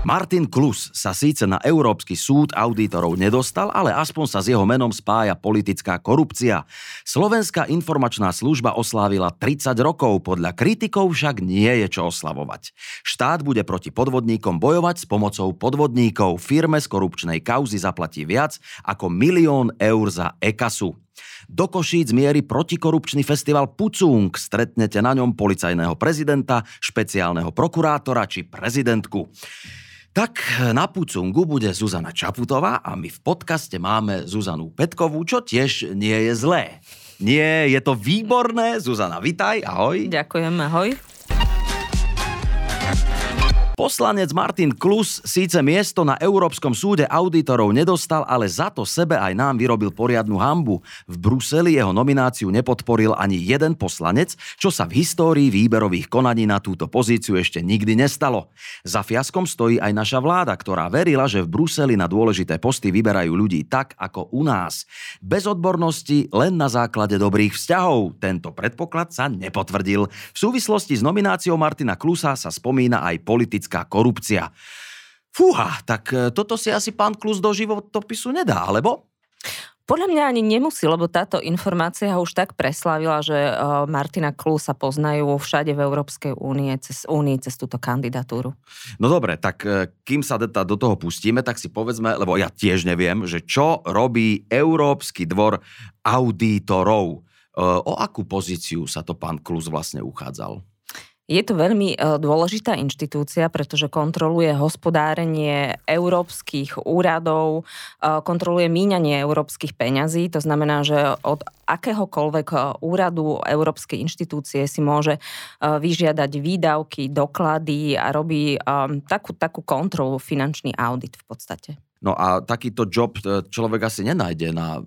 Martin Klus sa síce na Európsky súd auditorov nedostal, ale aspoň sa s jeho menom spája politická korupcia. Slovenská informačná služba oslávila 30 rokov, podľa kritikov však nie je čo oslavovať. Štát bude proti podvodníkom bojovať s pomocou podvodníkov. Firme z korupčnej kauzy zaplatí viac ako 1 000 000 eur za e-kasu. Do Košíc mierí protikorupčný festival Pucung. Stretnete na ňom policajného prezidenta, špeciálneho prokurátora či prezidentku. Tak na Pucungu bude Zuzana Čaputová a my v podcaste máme Zuzanu Petkovú, čo tiež nie je zlé. Nie, je to výborné. Zuzana, vitaj, ahoj. Ďakujem, ahoj. Poslanec Martin Klus síce miesto na Európskom súde auditorov nedostal, ale za to sebe aj nám vyrobil poriadnu hanbu. V Bruseli jeho nomináciu nepodporil ani jeden poslanec, čo sa v histórii výberových konaní na túto pozíciu ešte nikdy nestalo. Za fiaskom stojí aj naša vláda, ktorá verila, že v Bruseli na dôležité posty vyberajú ľudí tak, ako u nás. Bez odbornosti, len na základe dobrých vzťahov. Tento predpoklad sa nepotvrdil. V súvislosti s nomináciou Martina Klusa sa spomína aj politická korupcia. Fúha, tak toto si asi pán Klus do životopisu nedá, alebo? Podľa mňa ani nemusí, lebo táto informácia ho už tak preslávila, že Martina Klusa poznajú všade v Európskej únii cez túto kandidatúru. No dobre, tak kým sa do toho pustíme, tak si povedzme, lebo ja tiež neviem, že čo robí Európsky dvor auditorov. O akú pozíciu sa to pán Klus vlastne uchádzal? Je to veľmi dôležitá inštitúcia, pretože kontroluje hospodárenie európskych úradov, kontroluje míňanie európskych peňazí. To znamená, že od akéhokoľvek úradu európskej inštitúcie si môže vyžiadať výdavky, doklady a robí takú kontrolu, finančný audit v podstate. No a takýto job človek asi nenájde na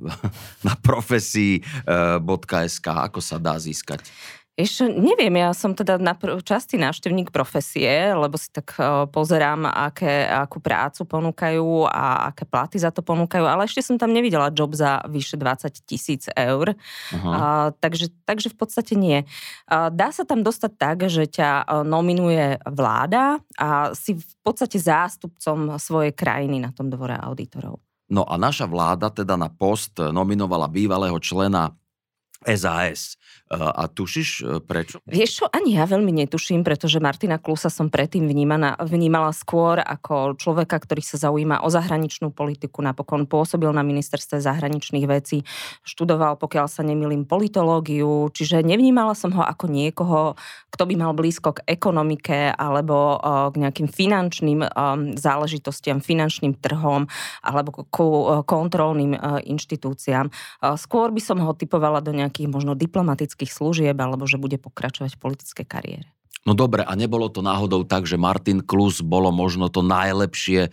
profesii.sk. Ako sa dá získať? Ešte neviem, ja som teda častý návštevník profesie, lebo si tak pozerám, akú prácu ponúkajú a aké platy za to ponúkajú, ale ešte som tam nevidela job za vyše 20 000 eur. Takže v podstate nie. Dá sa tam dostať tak, že ťa nominuje vláda a si v podstate zástupcom svojej krajiny na tom dvore auditorov. No a naša vláda teda na post nominovala bývalého člena SAS. A tušíš prečo? Vieš čo, ani ja veľmi netuším, pretože Martina Klusa som predtým vnímala skôr ako človeka, ktorý sa zaujíma o zahraničnú politiku, napokon pôsobil na ministerstve zahraničných vecí, študoval, pokiaľ sa nemýlim, politológiu, čiže nevnímala som ho ako niekoho, kto by mal blízko k ekonomike alebo k nejakým finančným záležitostiam, finančným trhom alebo k kontrolným inštitúciám. Skôr by som ho typovala do nejakých možno diplomatických služieb, alebo že bude pokračovať v politickej kariére. No dobre, a nebolo to náhodou tak, že Martin Klus bolo možno to najlepšie,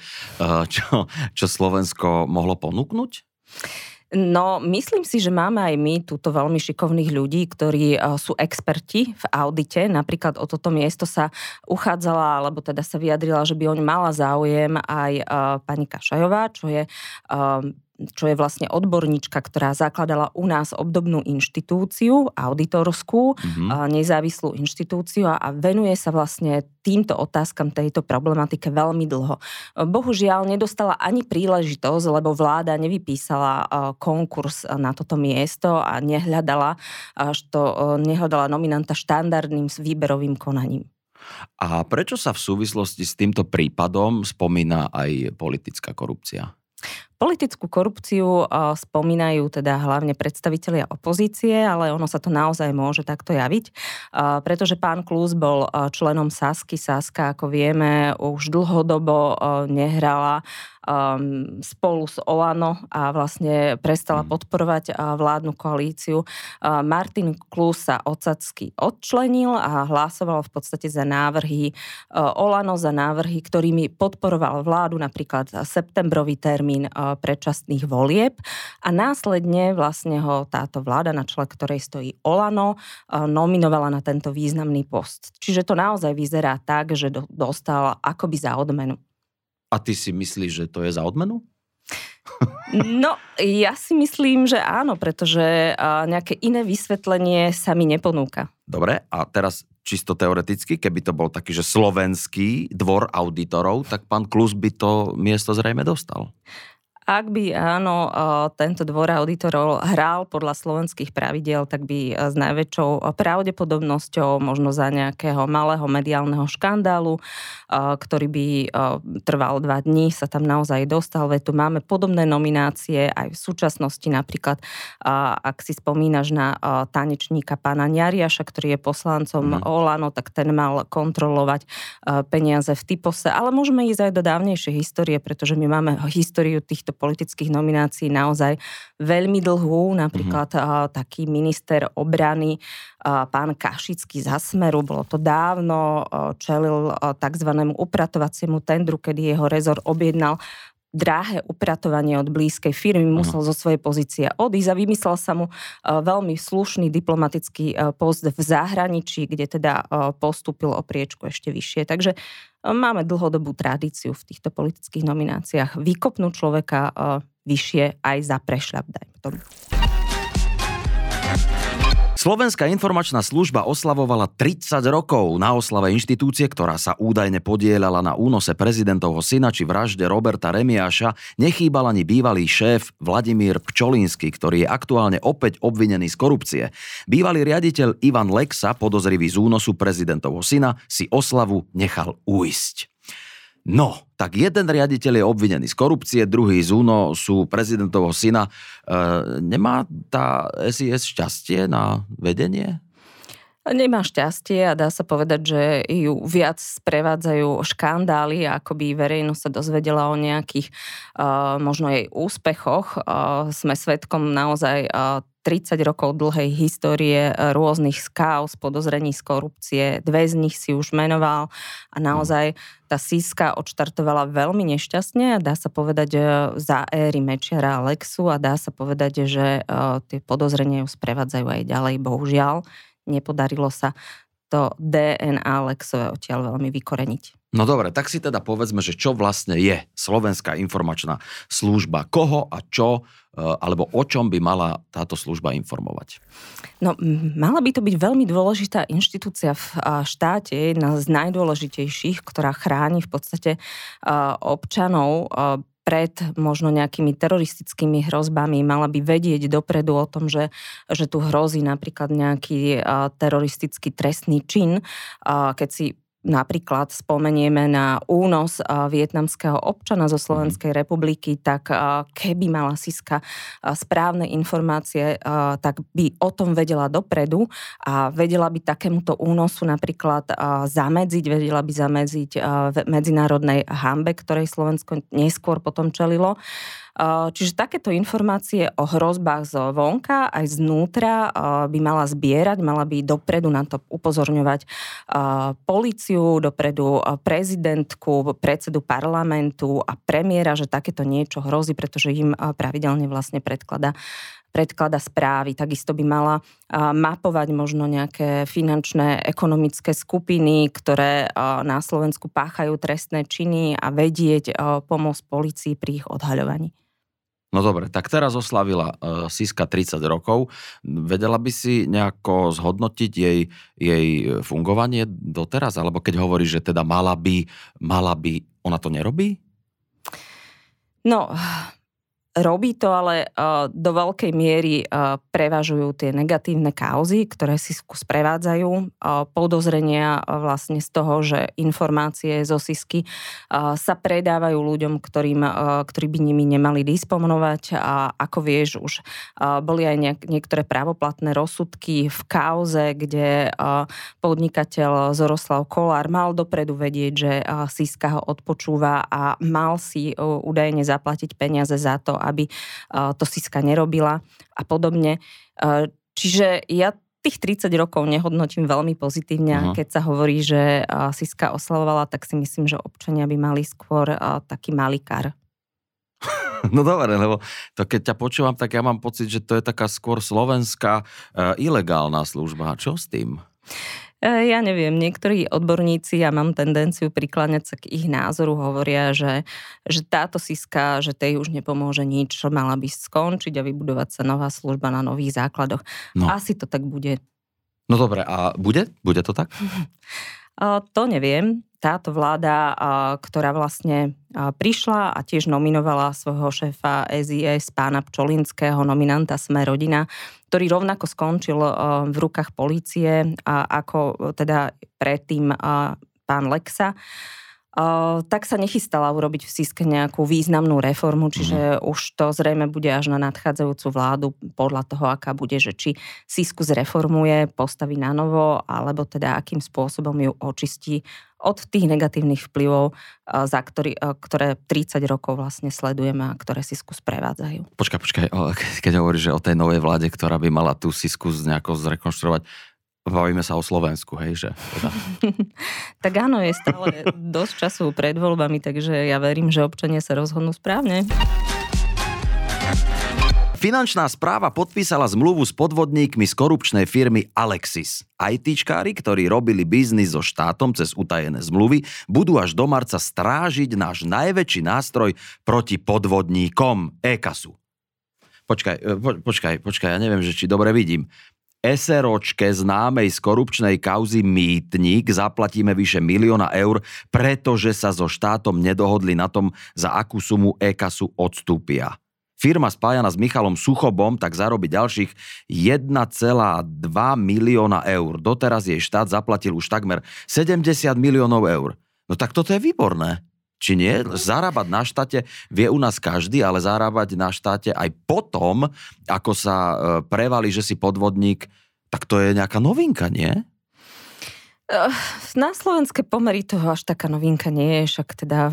čo Slovensko mohlo ponúknuť? No, myslím si, že máme aj my túto veľmi šikovných ľudí, ktorí sú experti v audite. Napríklad o toto miesto sa uchádzala, alebo teda sa vyjadrila, že by oň mala záujem aj pani Kašajová, čo je vlastne odborníčka, ktorá zakladala u nás obdobnú inštitúciu, auditorskú, nezávislú inštitúciu a venuje sa vlastne týmto otázkam, tejto problematike veľmi dlho. Bohužiaľ nedostala ani príležitosť, lebo vláda nevypísala konkurs na toto miesto a nehľadala nominanta štandardným výberovým konaním. A prečo sa v súvislosti s týmto prípadom spomína aj politická korupcia? Politickú korupciu spomínajú teda hlavne predstavitelia opozície, ale ono sa to naozaj môže takto javiť, pretože pán Klus bol členom Sasky. Saska, ako vieme, už dlhodobo nehrala spolu s Olano a vlastne prestala podporovať vládnu koalíciu. Martin Klus sa od Sasky odčlenil a hlasoval v podstate za návrhy Olano, za návrhy, ktorými podporoval vládu, napríklad septembrový termín predčasných volieb a následne vlastne ho táto vláda, na čele ktorej stojí Olano, nominovala na tento významný post. Čiže to naozaj vyzerá tak, že dostal akoby za odmenu. A ty si myslíš, že to je za odmenu? No, ja si myslím, že áno, pretože nejaké iné vysvetlenie sa mi neponúka. Dobre, a teraz čisto teoreticky, keby to bol taký, že slovenský dvor auditorov, tak pán Klus by to miesto zrejme dostal. Ak by áno, tento dvor auditorov hral podľa slovenských pravidiel, tak by s najväčšou pravdepodobnosťou možno za nejakého malého mediálneho škandálu, ktorý by trval 2 dní, sa tam naozaj dostal. Veď tu máme podobné nominácie aj v súčasnosti, napríklad ak si spomínaš na tanečníka pána Ňariaša, ktorý je poslancom Olano, tak ten mal kontrolovať peniaze v Typose. Ale môžeme ísť aj do dávnejšej histórie, pretože my máme históriu týchto politických nominácií naozaj veľmi dlhú. Napríklad taký minister obrany, pán Kašický za Smeru, bolo to dávno, čelil takzvanému upratovaciemu tendru, kedy jeho rezort objednal drahé upratovanie od blízkej firmy, musel zo svojej pozície odísť a vymyslel sa mu veľmi slušný diplomatický post v zahraničí, kde teda postúpil o priečku ešte vyššie. Takže máme dlhodobú tradíciu v týchto politických nomináciách vykopnúť človeka vyššie aj za prešľap, dajme tomu. Slovenská informačná služba oslavovala 30 rokov. Na oslave inštitúcie, ktorá sa údajne podieľala na únose prezidentovho syna či vražde Roberta Remiáša, nechýbal ani bývalý šéf Vladimír Pčolínsky, ktorý je aktuálne opäť obvinený z korupcie. Bývalý riaditeľ Ivan Lexa, podozrivý z únosu prezidentovho syna, si oslavu nechal uísť. No, tak jeden riaditeľ je obvinený z korupcie, druhý z únosu prezidentovho syna. Nemá tá SIS šťastie na vedenie? Nemá šťastie a dá sa povedať, že ju viac sprevádzajú škandály, ako by verejnosť sa dozvedela o nejakých možno jej úspechoch. Sme svedkom naozaj 30 rokov dlhej histórie rôznych skáuz, podozrení z korupcie. 2 z nich si už menoval a naozaj tá SIS-ka odštartovala veľmi nešťastne a dá sa povedať za éry Mečiara a Lexu a dá sa povedať, že tie podozrenia ju sprevádzajú aj ďalej, bohužiaľ. Nepodarilo sa to DNA Lexové odtiaľ veľmi vykoreniť. No dobre, tak si teda povedzme, že čo vlastne je Slovenská informačná služba, koho a čo, alebo o čom by mala táto služba informovať? No, mala by to byť veľmi dôležitá inštitúcia v štáte, jedna z najdôležitejších, ktorá chráni v podstate občanov pred možno nejakými teroristickými hrozbami, mala by vedieť dopredu o tom, že tu hrozí napríklad nejaký teroristický trestný čin. Keď si napríklad spomenieme na únos vietnamského občana zo Slovenskej republiky, tak keby mala SIS-ka správne informácie, tak by o tom vedela dopredu a vedela by takémuto únosu napríklad zamedziť, vedela by zamedziť medzinárodnej hanbe, ktorej Slovensko neskôr potom čelilo. Čiže takéto informácie o hrozbách zvonka aj znútra by mala zbierať, mala by dopredu na to upozorňovať políciu, dopredu prezidentku, predsedu parlamentu a premiéra, že takéto niečo hrozí, pretože im pravidelne vlastne predklada správy. Takisto by mala mapovať možno nejaké finančné, ekonomické skupiny, ktoré na Slovensku páchajú trestné činy a vedieť pomôcť polícii pri ich odhaľovaní. No dobre, tak teraz oslavila SIS-ka 30 rokov. Vedela by si nejako zhodnotiť jej fungovanie doteraz? Alebo keď hovorí, že teda mala by, ona to nerobí? No, robí to, ale do veľkej miery prevažujú tie negatívne kauzy, ktoré si sprevádzajú. Podozrenia vlastne z toho, že informácie zo SIS-ky sa predávajú ľuďom, ktorí by nimi nemali disponovať. A ako vieš, už boli aj niektoré právoplatné rozsudky v kauze, kde podnikateľ Zoroslav Kolár mal dopredu vedieť, že SIS-ka ho odpočúva a mal si údajne zaplatiť peniaze za to, aby to SIS-ka nerobila a podobne. Čiže ja tých 30 rokov nehodnotím veľmi pozitívne. Keď sa hovorí, že SIS-ka oslavovala, tak si myslím, že občania by mali skôr taký malý kar. No dobre, lebo to keď ťa počúvam, tak ja mám pocit, že to je taká skôr slovenská ilegálna služba. Čo s tým? Ja neviem, niektorí odborníci, ja mám tendenciu prikláňať sa k ich názoru, hovoria, že táto Siska, že tej už nepomôže nič, mala by skončiť a vybudovať sa nová služba na nových základoch. No. Asi to tak bude. No dobre, a bude? Bude to tak? To neviem. Táto vláda, ktorá vlastne prišla a tiež nominovala svojho šéfa SIS, pána Pčolinského, nominanta Sme rodina, ktorý rovnako skončil v rukách polície, ako teda predtým pán Lexa, tak sa nechystala urobiť v Siske nejakú významnú reformu, čiže už to zrejme bude až na nadchádzajúcu vládu podľa toho, aká bude, že či Sisku zreformuje, postaví na novo, alebo teda akým spôsobom ju očistí od tých negatívnych vplyvov, ktoré 30 rokov vlastne sledujeme a ktoré Sisku sprevádzajú. Počkaj, keď hovoríš, že o tej novej vláde, ktorá by mala tú Sisku nejako zrekonštruovať, bavíme sa o Slovensku, hej, že? Teda. Tak áno, je stále dosť času pred voľbami, takže ja verím, že občania sa rozhodnú správne. Finančná správa podpísala zmluvu s podvodníkmi z korupčnej firmy Alexis. ITčkári, ktorí robili biznis so štátom cez utajené zmluvy, budú až do marca strážiť náš najväčší nástroj proti podvodníkom, e-kasu. Počkaj, ja neviem, že či dobre vidím. SROčke známej z korupčnej kauzy Mýtnik zaplatíme vyše 1 000 000 eur, pretože sa so štátom nedohodli na tom, za akú sumu e-kasu odstúpia. Firma spájana s Michalom Suchobom tak zarobí ďalších 1,2 milióna eur. Doteraz jej štát zaplatil už takmer 70 miliónov eur. No tak toto je výborné. Či nie? Zarábať na štáte vie u nás každý, ale zarábať na štáte aj potom, ako sa prevalí, že si podvodník, tak to je nejaká novinka, nie? Na slovenské pomery toho až taká novinka nie je, však teda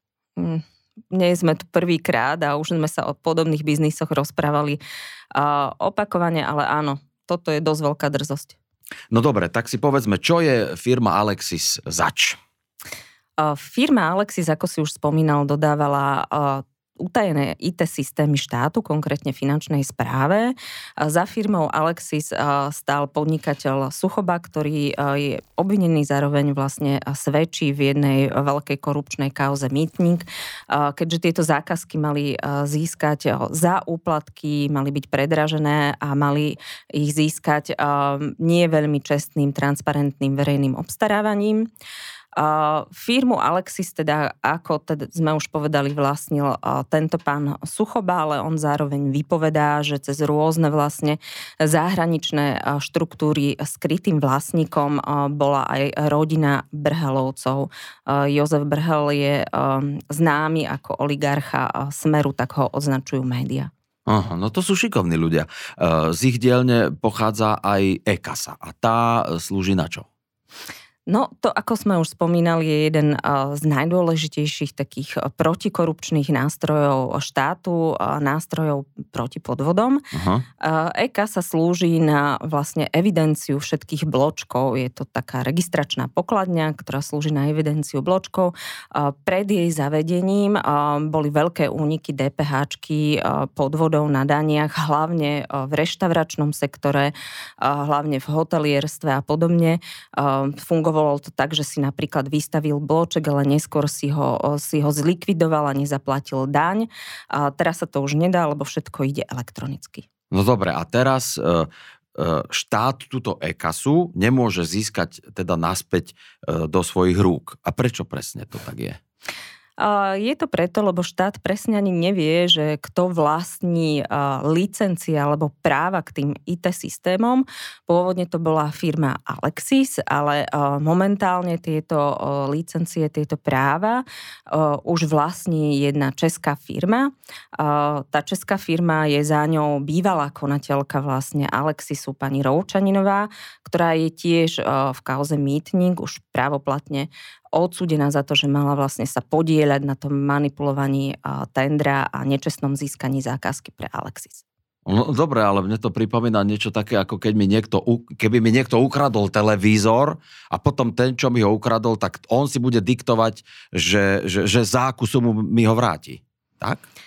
nie sme tu prvýkrát a už sme sa o podobných biznisoch rozprávali opakovane, ale áno, toto je dosť veľká drzosť. No dobre, tak si povedzme, čo je firma Alexis zač? Firma Alexis, ako si už spomínal, dodávala utajené IT systémy štátu, konkrétne finančnej správe. Za firmou Alexis stál podnikateľ Suchoba, ktorý je obvinený, zároveň vlastne svedčí v jednej veľkej korupčnej kauze Mýtnik. Keďže tieto zákazky mali získať za úplatky, mali byť predražené a mali ich získať nie veľmi čestným, transparentným verejným obstarávaním. Firmu Alexis teda, ako teda sme už povedali, vlastnil tento pán Suchoba, ale on zároveň vypovedá, že cez rôzne vlastne zahraničné štruktúry skrytým vlastníkom bola aj rodina Brhelovcov. Jozef Brhel je známy ako oligarcha Smeru, tak ho označujú médiá. Aha, no to sú šikovní ľudia. Z ich dielne pochádza aj e-kasa a tá slúži na čo? No, to, ako sme už spomínali, je jeden z najdôležitejších takých protikorupčných nástrojov štátu, nástrojov proti podvodom. E-kasa slúži na vlastne evidenciu všetkých bločkov. Je to taká registračná pokladňa, ktorá slúži na evidenciu bločkov. Pred jej zavedením boli veľké úniky DPH-čky, podvodov na daniach, hlavne v reštauračnom sektore, hlavne v hotelierstve a podobne. Fungovalo to tak, že si napríklad vystavil bloček, ale neskôr si ho zlikvidoval a nezaplatil daň. A teraz sa to už nedá, lebo všetko ide elektronicky. No dobre, a teraz štát túto e-kasu nemôže získať teda naspäť do svojich rúk. A prečo presne to tak je? Je to preto, lebo štát presne ani nevie, že kto vlastní licencie alebo práva k tým IT systémom. Pôvodne to bola firma Alexis, ale momentálne tieto licencie, tieto práva už vlastní jedna česká firma. Tá česká firma je za ňou bývalá konateľka vlastne Alexisu, pani Roučaninová, ktorá je tiež v kauze Mýtnik už právoplatne odsúdená za to, že mala vlastne sa podieľať na tom manipulovaní tendra a nečestnom získaní zákazky pre Alexis. No dobre, ale mne to pripomína niečo také, ako keby mi niekto ukradol televízor a potom ten, čo mi ho ukradol, tak on si bude diktovať, že za akú sumu mi ho vráti. Tak?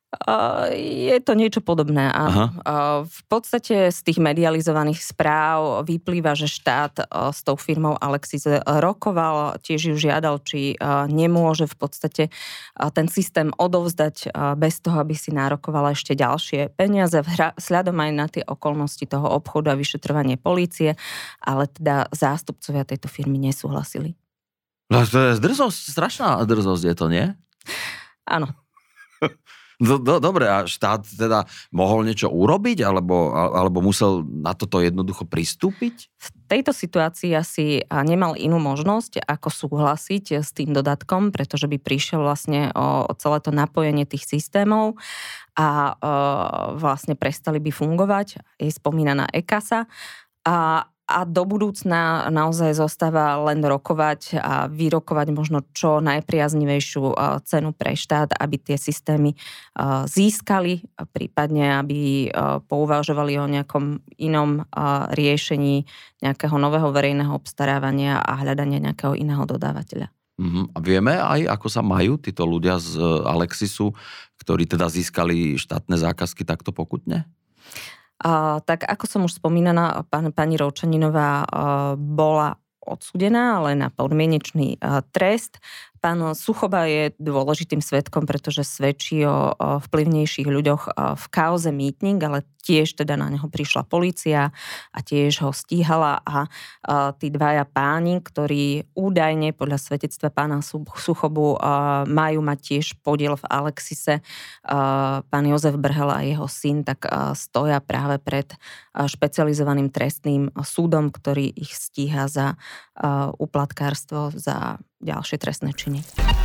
Je to niečo podobné. V podstate z tých medializovaných správ vyplýva, že štát s tou firmou Alexis rokoval, tiež ju žiadal, či nemôže v podstate ten systém odovzdať bez toho, aby si nárokovala ešte ďalšie peniaze, vzhľadom aj na tie okolnosti toho obchodu a vyšetrovanie polície, ale teda zástupcovia tejto firmy nesúhlasili. No to je drzosť, strašná drzosť je to, nie? Áno. Dobre, a štát teda mohol niečo urobiť, alebo musel na toto jednoducho pristúpiť? V tejto situácii asi nemal inú možnosť, ako súhlasiť s tým dodatkom, pretože by prišiel vlastne o celé to napojenie tých systémov a vlastne prestali by fungovať. Je spomínaná e-kasa a do budúcna naozaj zostáva len rokovať a vyrokovať možno čo najpriaznivejšiu cenu pre štát, aby tie systémy získali, prípadne aby pouvažovali o nejakom inom riešení nejakého nového verejného obstarávania a hľadania nejakého iného dodávateľa. A vieme aj, ako sa majú títo ľudia z Alexisu, ktorí teda získali štátne zákazky takto pokutne? Tak ako som už spomínala, pani Rovčaninová bola odsúdená, ale na podmienečný trest. Pán Suchoba je dôležitým svedkom, pretože svedčí o vplyvnejších ľuďoch v kauze mýtnik, ale tiež teda na neho prišla polícia a tiež ho stíhala a tí dvaja páni, ktorí údajne podľa svedectva pána Suchobu majú mať tiež podiel v Alexise, pán Jozef Brhel a jeho syn, tak stoja práve pred špecializovaným trestným súdom, ktorý ich stíha za úplatkárstvo, za ďalšie trestné činy.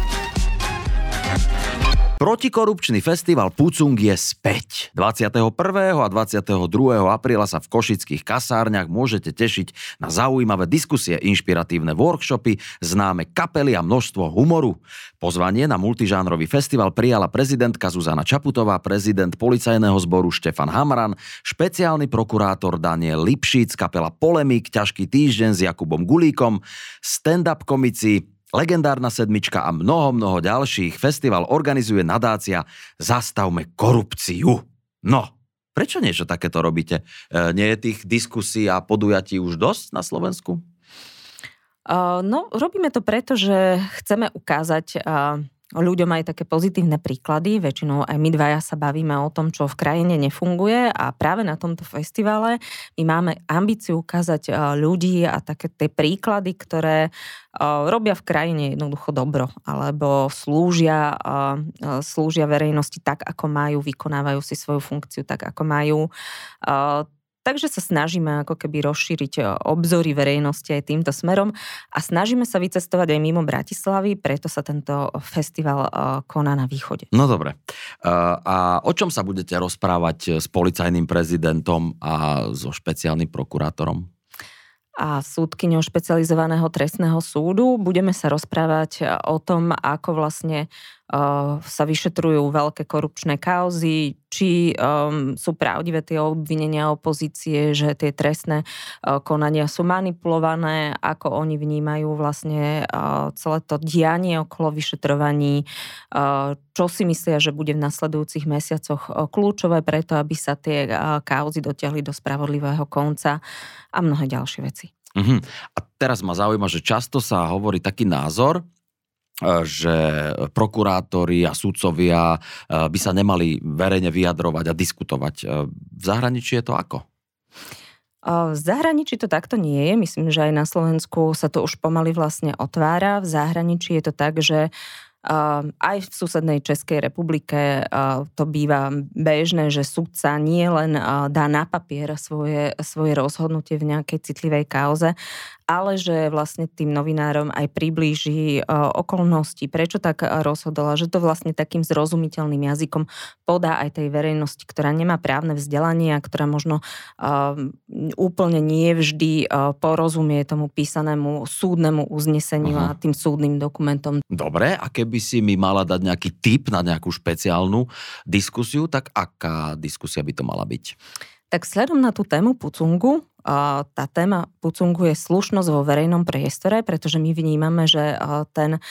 Protikorupčný festival Pucung je späť. 21. a 22. apríla sa v košických kasárniach môžete tešiť na zaujímavé diskusie, inšpiratívne workshopy, známe kapely a množstvo humoru. Pozvanie na multižánrový festival prijala prezidentka Zuzana Čaputová, prezident policajného zboru Štefan Hamran, špeciálny prokurátor Daniel Lipšic, kapela Polemik, Ťažký týždeň s Jakubom Gulíkom, stand-up komici, legendárna sedmička a mnoho ďalších. Festival organizuje nadácia Zastavme korupciu. No, prečo niečo takéto robíte? Nie je tých diskusí a podujatí už dosť na Slovensku? No, robíme to preto, že chceme ukázať ľuďom aj také pozitívne príklady. Väčšinou aj my dvaja sa bavíme o tom, čo v krajine nefunguje a práve na tomto festivale my máme ambíciu ukázať ľudí a také tie príklady, ktoré robia v krajine jednoducho dobro alebo slúžia verejnosti tak, ako majú, vykonávajú si svoju funkciu tak, ako majú. Takže sa snažíme ako keby rozšíriť obzory verejnosti aj týmto smerom a snažíme sa vycestovať aj mimo Bratislavy, preto sa tento festival koná na východe. No dobre. A o čom sa budete rozprávať s policajným prezidentom a so špeciálnym prokurátorom? A súdkyňou špecializovaného trestného súdu budeme sa rozprávať o tom, ako vlastne sa vyšetrujú veľké korupčné kauzy, či sú pravdivé tie obvinenia opozície, že tie trestné konania sú manipulované, ako oni vnímajú vlastne celé to dianie okolo vyšetrovaní, čo si myslia, že bude v nasledujúcich mesiacoch kľúčové preto, aby sa tie kauzy dotiahli do spravodlivého konca a mnohé ďalšie veci. A teraz ma zaujíma, že často sa hovorí taký názor, že prokurátori a sudcovia by sa nemali verejne vyjadrovať a diskutovať. V zahraničí je to ako? V zahraničí to takto nie je. Myslím, že aj na Slovensku sa to už pomaly vlastne otvára. V zahraničí je to tak, že aj v susednej Českej republike to býva bežné, že sudca nie len dá na papier svoje rozhodnutie v nejakej citlivej kauze, ale že vlastne tým novinárom aj priblíži okolnosti, prečo tak rozhodla, že to vlastne takým zrozumiteľným jazykom podá aj tej verejnosti, ktorá nemá právne vzdelanie a ktorá možno úplne nie vždy porozumie tomu písanému súdnemu uzneseniu a tým súdnym dokumentom. Dobre, a keby si mi mala dať nejaký tip na nejakú špeciálnu diskusiu, tak aká diskusia by to mala byť? Tak vzhľadom na tú tému Pucungu, tá téma Pucungu je slušnosť vo verejnom priestore, pretože my vnímame, že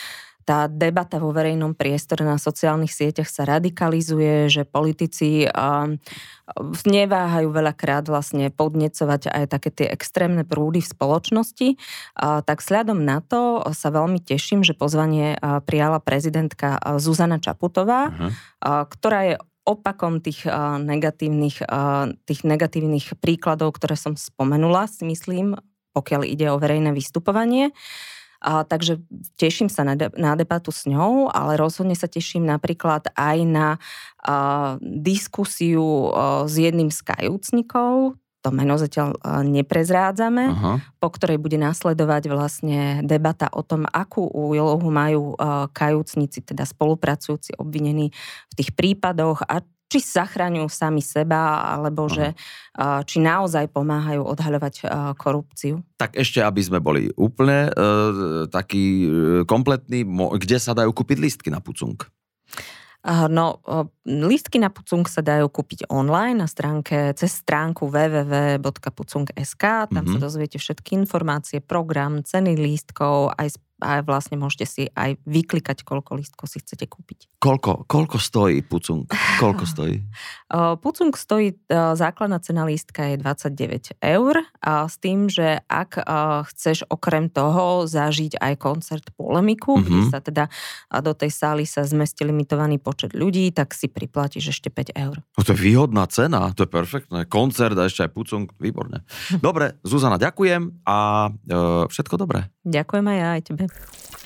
tá debata vo verejnom priestore na sociálnych sieťach sa radikalizuje, že politici neváhajú veľakrát vlastne podnecovať aj také tie extrémne prúdy v spoločnosti. Tak sľadom na to sa veľmi teším, že pozvanie prijala prezidentka Zuzana Čaputová, ktorá je opakom tých negatívnych príkladov, ktoré som spomenula, si myslím, pokiaľ ide o verejné vystupovanie. Takže teším sa na debatu s ňou, ale rozhodne sa teším napríklad aj na diskusiu s jedným z kajúcnikov, to meno zatiaľ neprezrádzame, po ktorej bude nasledovať vlastne debata o tom, akú úlohu majú kajúcnici, teda spolupracujúci obvinení v tých prípadoch a či zachraňujú sami seba, alebo že či naozaj pomáhajú odhaľovať korupciu. Tak ešte, aby sme boli úplne takí kompletní, kde sa dajú kúpiť lístky na Pucung? Lístky na Pucung sa dajú kúpiť online na stránke, cez stránku www.pucung.sk. Tam sa dozviete všetky informácie, program, ceny lístkov, aj vlastne môžete si aj vyklikať, koľko lístkov si chcete kúpiť. Koľko stojí Pucung? Koľko stojí? Pucung stojí, základná cena lístka je 29 eur, s tým, že ak chceš okrem toho zažiť aj koncert Polemiku, kde sa teda do tej sály sa zmestí limitovaný počet ľudí, tak si priplatíš ešte 5 eur. No to je výhodná cena, to je perfektné. Koncert a ešte aj Pucung, výborné. Dobre, Zuzana, ďakujem a všetko dobré. Ďakujem aj ja, aj tebe.